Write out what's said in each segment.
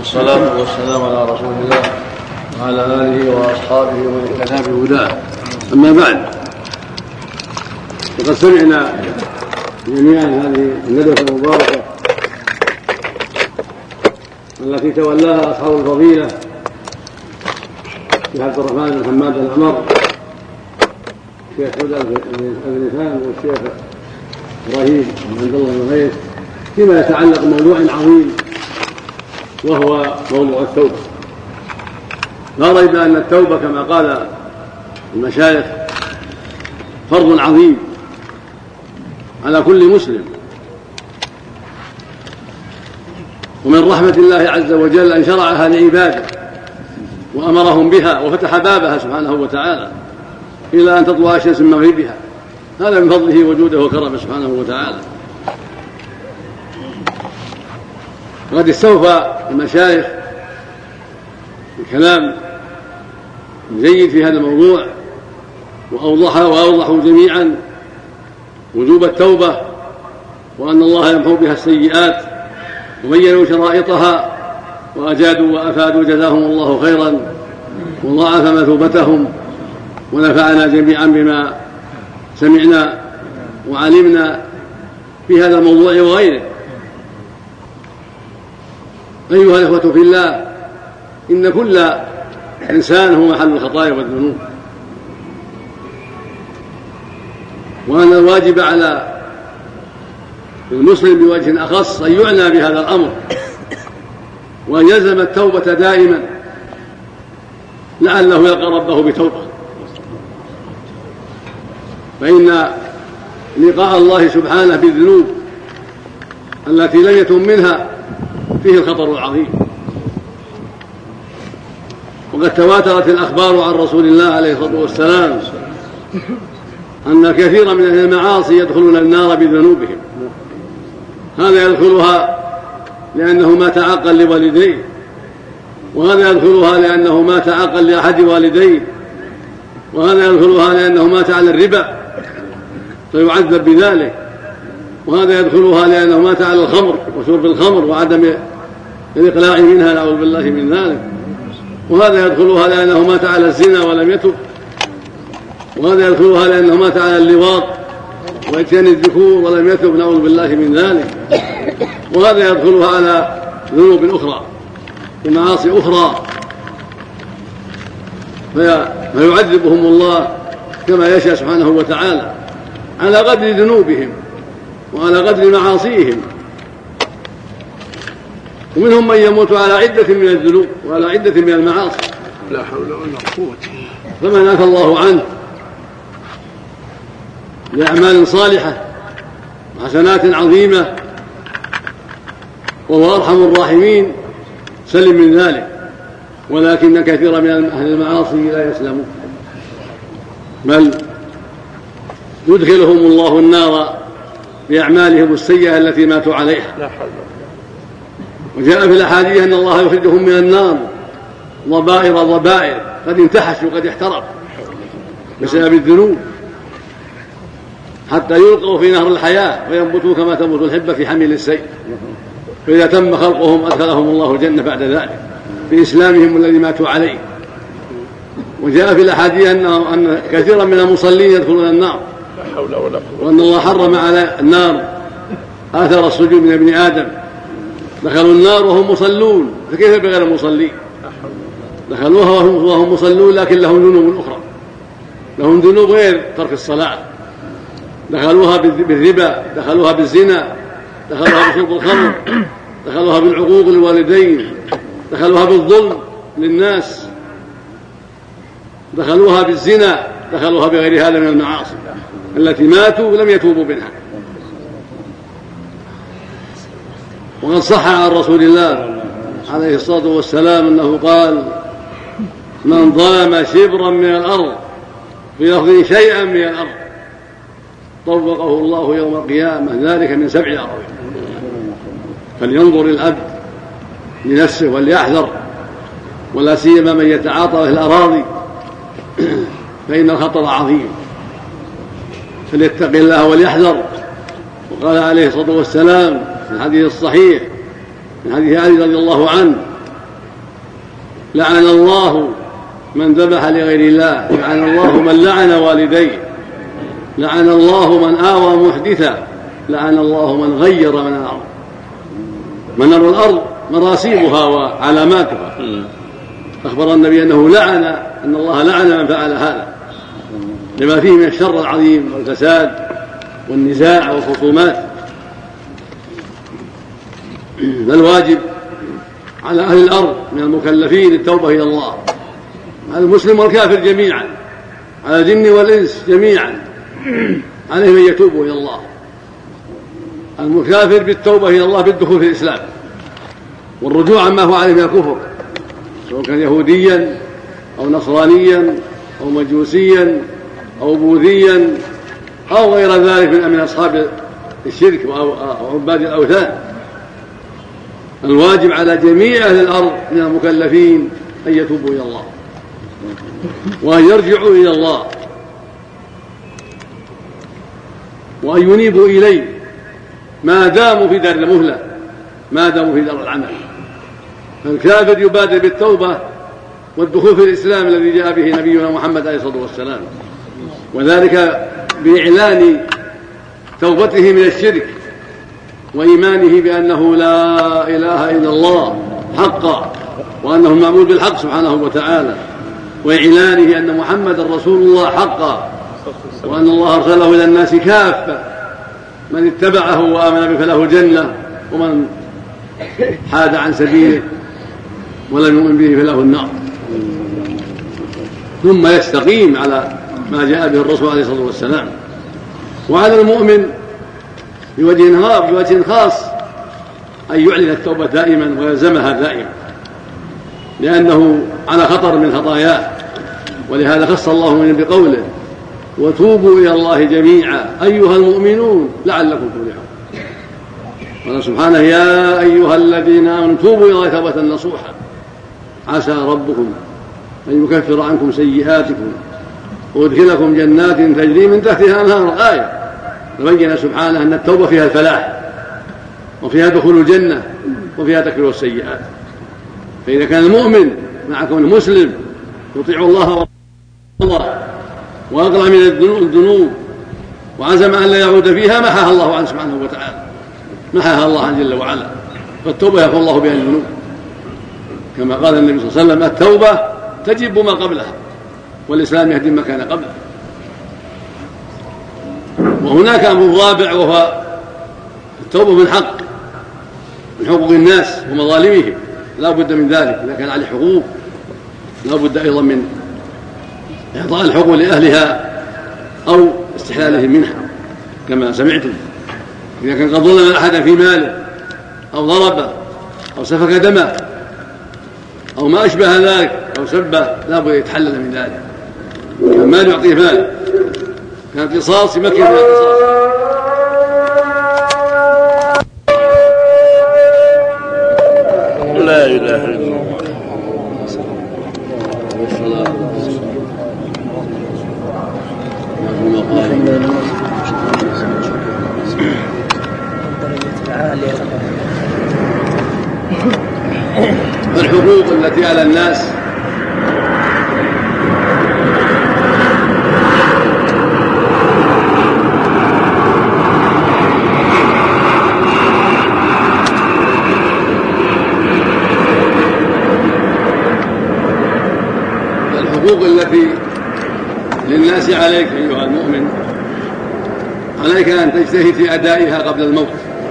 والصلاة والسلام على رسول الله وعلى آله وأصحابه ومن اهتدى بهداه. أما بعد، فقد سمعنا جميعا هذه الندوة المباركة التي تولاها أصحاب الفضيلة الشيخ عبد الرحمن بن حماد الأمر، الشيخ هدى الإنسان، والشيخ إبراهيم بن عبد الله بن غيث، فيما يتعلق بموضوع عظيم وهو موضوع التوبة. لا ريب أن التوبة كما قال المشايخ فرض عظيم على كل مسلم، ومن رحمة الله عز وجل أن شرعها لعباده وأمرهم بها وفتح بابها سبحانه وتعالى إلى أن تطلع الشمس من مغربها. هذا من فضله وجوده وكرمه سبحانه وتعالى. وقد استوفى المشايخ الكلام جيد في هذا الموضوع، وأوضحوا جميعا وجوب التوبة، وأن الله يمحو بها السيئات، وبينوا شرائطها وأجادوا وأفادوا جزاهم الله خيرا وضاعف مثوبتهم، ونفعنا جميعا بما سمعنا وعلمنا في هذا الموضوع وغيره. أيها الإخوة في الله، إن كل إنسان هو محل الخطايا والذنوب، وأن الواجب على المسلم بوجه أخص أن يعنى بهذا الأمر، وأن يلزم التوبة دائما لعله يلقى ربه بتوبة، فإن لقاء الله سبحانه بالذنوب التي لم يتم منها فيه الخطر العظيم. وقد تواترت الأخبار عن رسول الله عليه الصلاة والسلام أن كثيرا من أهل المعاصي يدخلون النار بذنوبهم. هذا يدخلها لأنه مات عاقا لوالديه، وهذا يدخلها لأنه مات عاقا لأحد والديه، وهذا يدخلها لأنه مات على الربا فيعذب بذلك، وهذا يدخلها لأنه مات على الخمر وشرب الخمر وعدم الإقلاع منها نعوذ بالله من ذلك، وهذا يدخلها لأنه مات على الزنا ولم يتب، وهذا يدخلها لأنه مات على اللواط وإتيان الذكور ولم يتب نعوذ بالله من ذلك، وهذا يدخلها على ذنوب أخرى ومعاصي أخرى فيعذبهم الله كما يشاء سبحانه وتعالى على قدر ذنوبهم وعلى قدر معاصيهم. ومنهم من يموت على عدة من الذنوب وعلى عدة من المعاصي، لا حول ولا قوة، فمن عفى الله عنه بأعمال صالحة وحسنات عظيمة وهو أرحم الراحمين سلم من ذلك، ولكن كثيرا من أهل المعاصي لا يسلمون، بل يدخلهم الله النار بأعمالهم السيئة التي ماتوا عليها. وجاء في الأحاديث أن الله يخرجهم من النار ضبائر قد انتحشوا وقد احترقوا بسبب الذنوب، حتى يلقوا في نهر الحياة وينبتوا كما تنبت الحبة في حميل السيل، فإذا تم خلقهم أدخلهم الله الجنة بعد ذلك بإسلامهم الذي ماتوا عليه. وجاء في الأحاديث أن كثيرا من المصلين يدخلون النار، وأن الله حرم على النار آثار السجود من ابن آدم، دخلوا النار وهم مصلون، فكيف بغير المصلين؟ دخلوها وهم مصلون لكن لهم ذنوب أخرى، لهم ذنوب غير ترك الصلاة، دخلوها بالربا، دخلوها بالزنا، دخلوها بشرب الخمر، دخلوها بالعقوق للوالدين، دخلوها بالظلم للناس، دخلوها بالزنا، دخلوها بغير هذا من المعاصي التي ماتوا ولم يتوبوا منها. وقد صح عن رسول الله عليه الصلاة والسلام أنه قال: من ظلم شبرا من الأرض في لفظ شيئا من الأرض طوقه الله يوم القيامة ذلك من 7 أراضين. فلينظر العبد لنفسه وليحذر، ولا سيما من يتعاطى في الأراضي فإن الخطر عظيم، فليتق الله وليحذر. وقال عليه الصلاة والسلام في الحديث الصحيح من حديث علي رضي الله عنه: لعن الله من ذبح لغير الله، لعن الله من لعن والديه، لعن الله من آوى محدثا، لعن الله من غير من الأرض. منر الأرض مراسيمها وعلاماتها. أخبر النبي أن الله لعن من فعل هذا لما فيه من الشر العظيم والفساد والنزاع والخصومات. فالواجب على أهل الأرض من المكلفين التوبة إلى الله، على المسلم والكافر جميعا، على الجن والإنس جميعا، عليهم أن يتوبوا إلى الله. المكافر بالتوبة إلى الله بالدخول في الإسلام والرجوع عما هو عليه من الكفر، سواء كان يهوديا أو نصرانيا أو مجوسيا أو بوذيا أو غير ذلك من أصحاب الشرك أو عباد الأوثان. الواجب على جميع أهل الأرض من المكلفين أن يتوبوا إلى الله وأن يرجعوا إلى الله وأن ينيبوا إليه ما داموا في دار المهلة، ما داموا في دار العمل. فالكافر يبادر بالتوبة والدخول في الإسلام الذي جاء به نبينا محمد عليه الصلاة والسلام، وذلك بإعلان توبته من الشرك وإيمانه بأنه لا إله إلا الله حقا، وأنه المعبود بالحق سبحانه وتعالى، وإعلانه أن محمد رسول الله حقا، وأن الله أرسله إلى الناس كافة، من اتبعه وآمن به فله الجنة، ومن حاد عن سبيله ولم يؤمن به فله النار. ثم يستقيم على ما جاء به الرسول عليه الصلاة والسلام. وعلى المؤمن بوجه خاص أن يعلن التوبة دائما ويلزمها دائما، لأنه على خطر من خطاياه، ولهذا خص الله من بقوله وتوبوا إلى الله جميعا أيها المؤمنون لعلكم تفلحون. قال سبحانه يا أيها الذين آمنوا توبوا إلى الله توبة نصوحا عسى ربكم أن يكفر عنكم سيئاتكم ويدخلكم جنات تجري من تحتها الأنهار. الآية بين سبحانه أن التوبة فيها الفلاح وفيها دخول الجنة وفيها تكفير السيئات. فإذا كان المؤمن مع كونه مسلم يطيع الله ورسوله وأقلع من الذنوب وعزم أن لا يعود فيها محاها الله عنه سبحانه وتعالى، محاها الله عنه جل وعلا. فالتوبة يغفر الله بها الذنوب، كما قال النبي صلى الله عليه وسلم التوبة تجب ما قبلها والإسلام يهدم ما كان قبله. وهناك أمر رابع وهو التوبة من حق، من حقوق الناس ومظالمهم، لا بد من ذلك. إذا كان عليه حقوق لا بد أيضا من إعطاء الحقوق لأهلها أو استحلالهم منها كما سمعتم. إذا كان قد ظلم أحدا في ماله أو ضربه أو سفك دمه أو ما أشبه ذلك أو سبه لا بد يتحلل من ذلك. كان مال يعطيه مال، كان قصاص يمكن من القصاص. لا إله إلا الله. الحقوق التي على الناس التي للناس عليك أيها المؤمن، عليك أن تجتهد في أدائها قبل الموت،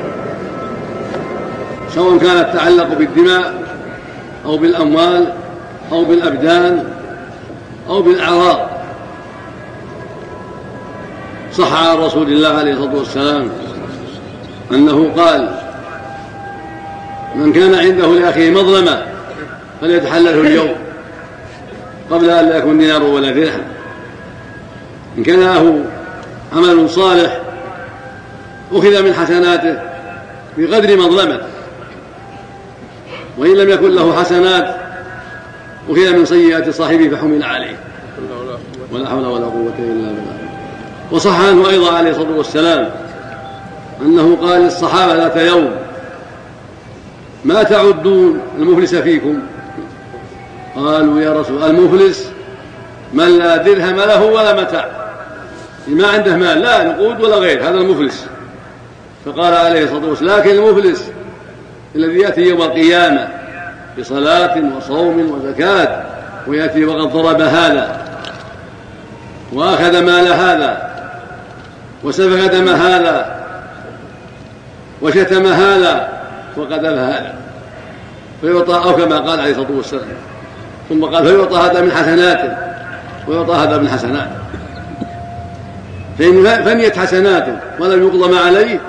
سواء كانت تتعلق بالدماء أو بالأموال أو بالأبدان أو بالأعراض. صح عن رسول الله عليه الصلاة والسلام أنه قال من كان عنده لأخيه مظلمة فليتحلله اليوم قبل أن لا يكون دينار ولا درهم. إن كان له عمل صالح أخذ من حسناته بقدر مظلمته، وإن لم يكن له حسنات أخذ من سيئات صاحبه فحمل عليه، ولا حول ولا قوة إلا بالله. وصح عنه أيضا عليه الصلاة والسلام أنه قال للصحابة ذات يوم ما تعدون المفلس فيكم؟ قالوا يا رسول المفلس من لا درهم له ولا متاع، ما عنده مال لا نقود ولا غير، هذا المفلس. فقال عليه الصلاة والسلام لكن المفلس الذي يأتي يوم القيامة بصلاة وصوم وزكاة ويأتي وقد ضرب هذا وأخذ مال هذا وسفك دم هذا وشتم هذا وقذف هذا فيعطى، أو كما قال عليه الصلاة والسلام، ثم قال فيعطى هذا من حسناته ويعطى هذا من حسناته، فإن فنيت حسناته ولم يقضى ما عليه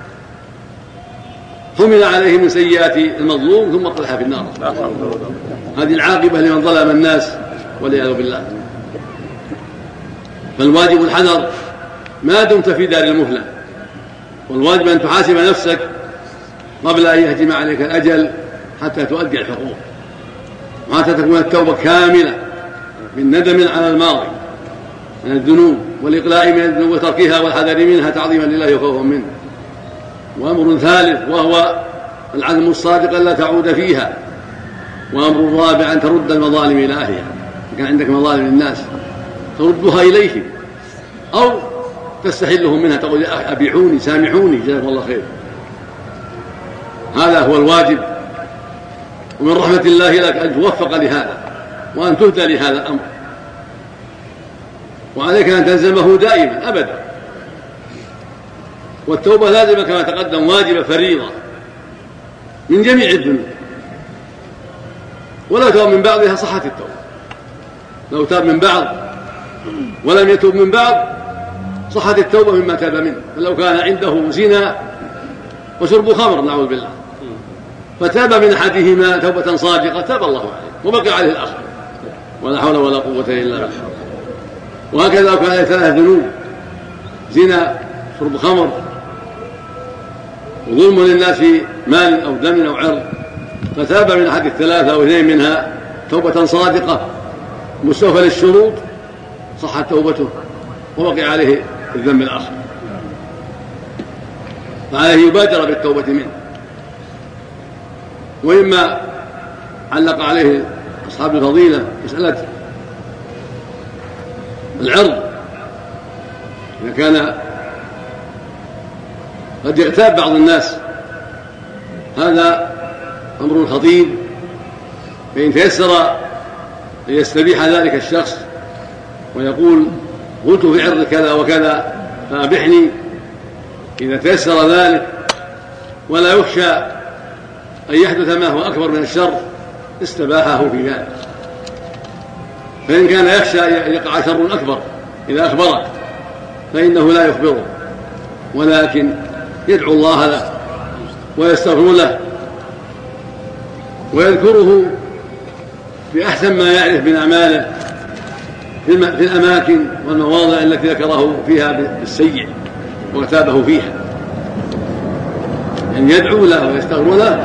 حمل عليه من سيئات المظلوم ثم قذف في النار. هذه العاقبة لمن ظلم الناس والعياذ بالله. فالواجب الحذر ما دمت في دار المهلة، والواجب أن تحاسب نفسك قبل أن يهجم عليك الأجل حتى تؤدي الحقوق، وحتى تكون التوبة كاملة من ندم على الماضي من الذنوب والإقلاع من الذنوب وتركها والحذر منها تعظيما لله وخوفا منه. وأمر ثالث وهو العزم الصادق ألا تعود فيها. وأمر رابع أن ترد المظالم إلى أهلها، كان عندك مظالم للناس تردها إليهم أو تستحلهم منها، تقول أبيحوني سامحوني جزاكم الله خير. هذا هو الواجب، ومن رحمة الله لك أن توفق لهذا وأن تهدى لهذا الأمر، وعليك أن تلزمه دائما أبدا. والتوبة لازمة كما تقدم واجبة فريضة من جميع الذنوب، ولا تاب من بعضها صحت التوبة. لو تاب من بعض ولم يتوب من بعض صحت التوبة مما تاب منه. فلو كان عنده زنا وشرب خمر نعوذ بالله فتاب من أحدهما توبة صادقة تاب الله عليه وبقي عليه الآخر، ولا حول ولا قوة إلا بالله. وهكذا لو كان عليه 3 ذنوب زنا شرب خمر وظلم للناس في مال أو دم أو عرض فتاب من أحد ال3 أو 2 منها توبة صادقة مستوفى للشروط صحت توبته وبقي عليه الذنب الآخر، فعليه يبادر بالتوبة منه. وإما علق عليه أصحاب الفضيلة مسألة العرض، إذا كان قد يغتاب بعض الناس هذا أمر خطير، فإن تيسر أن يستبيح ذلك الشخص ويقول قلت في عرض كذا وكذا فأبحني، إذا تيسر ذلك ولا يخشى أن يحدث ما هو أكبر من الشر استباحه في ذلك. فإن كان يخشى أن يقع شر أكبر إذا أخبره فإنه لا يخبره، ولكن يدعو الله له ويستغفر له ويذكره بأحسن ما يعرف من أعماله في الأماكن والمواضع التي ذكره فيها بالسيء وتابه فيها، أن يدعو له ويستغفر له.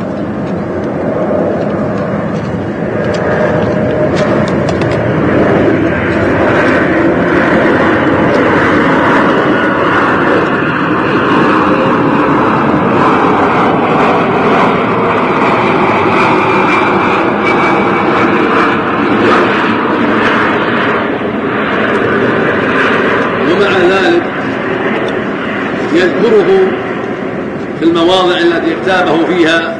يذكره في المواضع التي اغتابه فيها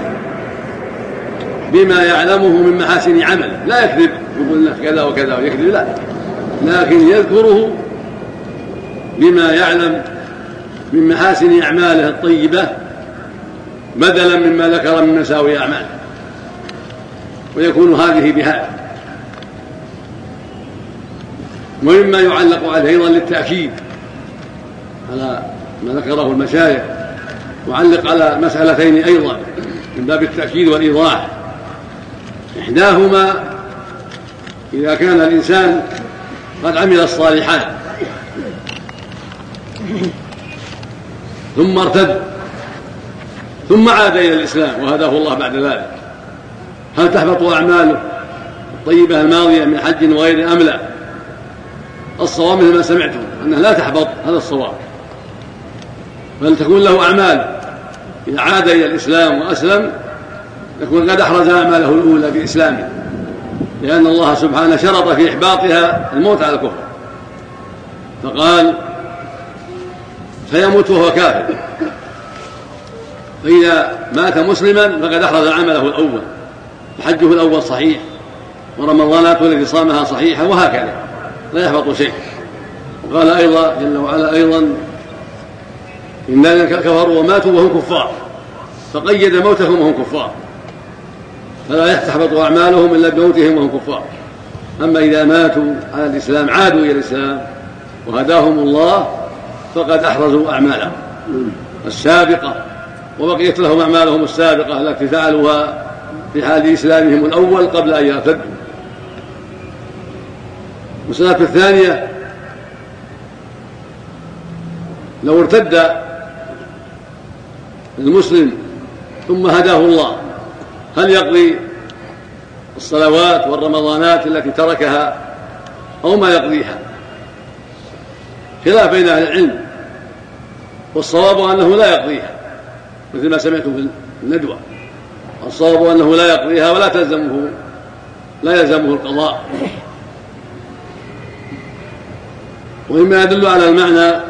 بما يعلمه من محاسن عمله، لا يكذب يقول له كذا وكذا ويكذب، لا، لكن يذكره بما يعلم من محاسن أعماله الطيبة بدلا مما ذكر من مساوي أعماله، ويكون هذه بهذا. ومما يعلق عليه أيضا للتأكيد على ما ذكره المشايخ، وعلق على مسألتين أيضا من باب التأكيد والإيضاح. إحداهما إذا كان الإنسان قد عمل الصالحات ثم ارتد ثم عاد إلى الإسلام وهداه الله بعد ذلك، هل تحبط أعماله الطيبة الماضية من حج وغيره أم لا؟ الصواب مثل ما سمعتم أنه لا تحبط، هذا الصواب، بل تكون له أعمال إذا عاد إلى الإسلام وأسلم يكون قد أحرز أعماله الأولى بإسلامه لأن الله سبحانه شرط في إحباطها الموت على الكفر، فقال فيموت وهو كافر، فإذا مات مسلما فقد أحرز عمله الأول، فحجه الأول صحيح، ورمضاناته التي صامها صحيحة، وهكذا لا يحبط شيء. وقال أيضا جل وعلا أيضا إن الذين كفروا وماتوا وهم كفار، فقيد موتهم وهم كفار، فلا تحبط أعمالهم إلا بموتهم وهم كفار. أما إذا ماتوا على الإسلام عادوا إلى الإسلام وهداهم الله فقد أحرزوا أعمالهم السابقة، وبقيت لهم أعمالهم السابقة التي فعلوها في حال إسلامهم الأول قبل أن يرتدوا. المسألة الثانية: لو ارتد المسلم ثم هداه الله هل يقضي الصلوات والرمضانات التي تركها أو ما يقضيها؟ خلاف بين أهل العلم، والصواب أنه لا يقضيها مثل ما سمعتم في الندوة، الصواب أنه لا يقضيها ولا يلزمه القضاء. ومما يدل على المعنى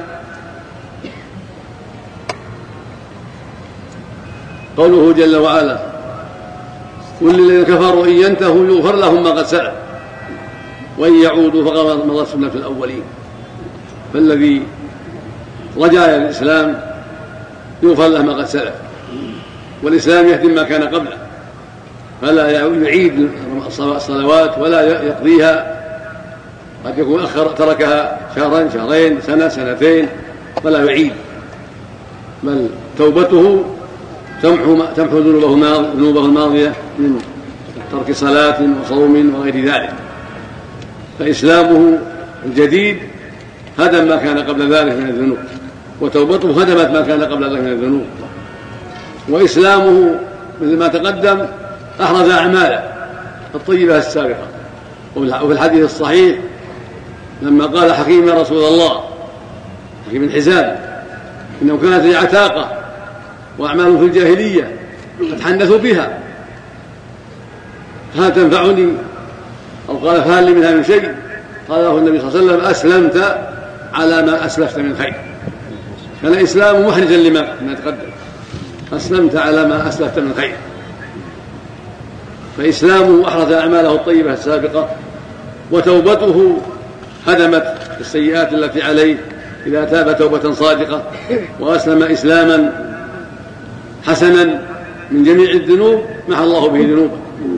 قوله جل وعلا: قل للذين كفروا إن ينتهوا يغفر لهم ما قد سلف وإن يعودوا فقد مضت سنة الأولين. فالذي رجع إلى الإسلام يغفر له ما قد سلف، والإسلام يهدم ما كان قبله، فلا يعيد الصلوات ولا يقضيها. قد يكون تركها شهرا شهرين سنة سنتين فلا يعيد، بل توبته تمحو ذنوبه الماضية من ترك صلاة وصوم وغير ذلك. فإسلامه الجديد هدم ما كان قبل ذلك من الذنوب، وتوبته هدمت ما كان قبل ذلك من الذنوب. وإسلامه مثل ما تقدم أحرز أعماله الطيبة السابقة. وفي الحديث الصحيح لما قال حكيم يا رسول الله، حكيم بن حزام، إنه كانت لي عتاقة وأعمال في الجاهلية أتحدث بها هل تنفعني؟ أو قال فهل لي منها من شيء؟ قال له النبي صلى الله عليه وسلم: أسلمت على ما أسلفت من خير. كان إسلام محرجا لما تقدم، أسلمت على ما أسلفت من خير. فإسلامه أحرز أعماله الطيبة السابقة، وتوبته هدمت السيئات التي عليه إذا تاب توبة صادقة وأسلم إسلاما حسنا من جميع الذنوب محى الله به ذنوبه.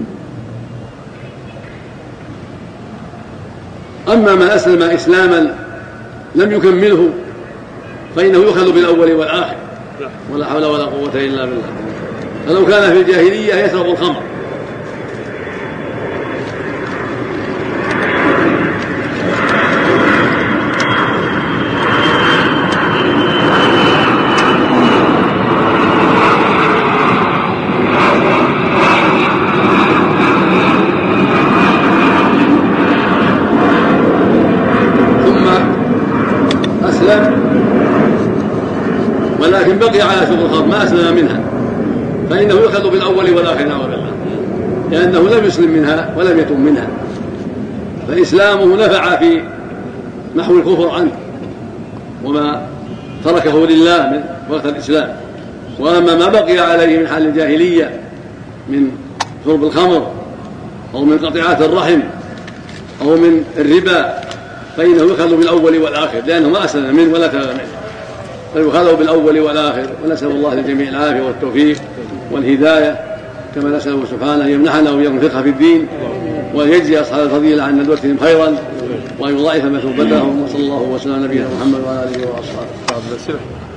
أما من أسلم إسلاما لم يكمله فإنه يؤخذ بالأول والآخر، ولا حول ولا قوة إلا بالله. فلو كان في الجاهلية يشرب الخمر ولكن بقي على شرب الخمر ما أسلم منها فإنه يؤخذ بالأول والآخر نعوذ بالله، لأنه لم يسلم منها ولم يتم منها. فإسلامه نفع في محو الكفر عنه وما تركه لله من وقت الإسلام. وأما ما بقي عليه من حال الجاهلية من شرب الخمر أو من قطيعات الرحم أو من الربا فإنه يؤخذ بالأول والآخر، لأنه ما أسلم منه ولا تاب منه، فيؤخذ بالأول والآخر. ونسأل الله للجميع العافية والتوفيق والهداية، كما نسأله سبحانه أن يمنحنا وإياكم الفقه في الدين، وأن يجزي أصحاب الفضيلة عن ندوتهم خيرا، وأن يضاعف مثوبتهم. وصلى الله وسلم على نبينا محمد وعلى آله وأصحابه.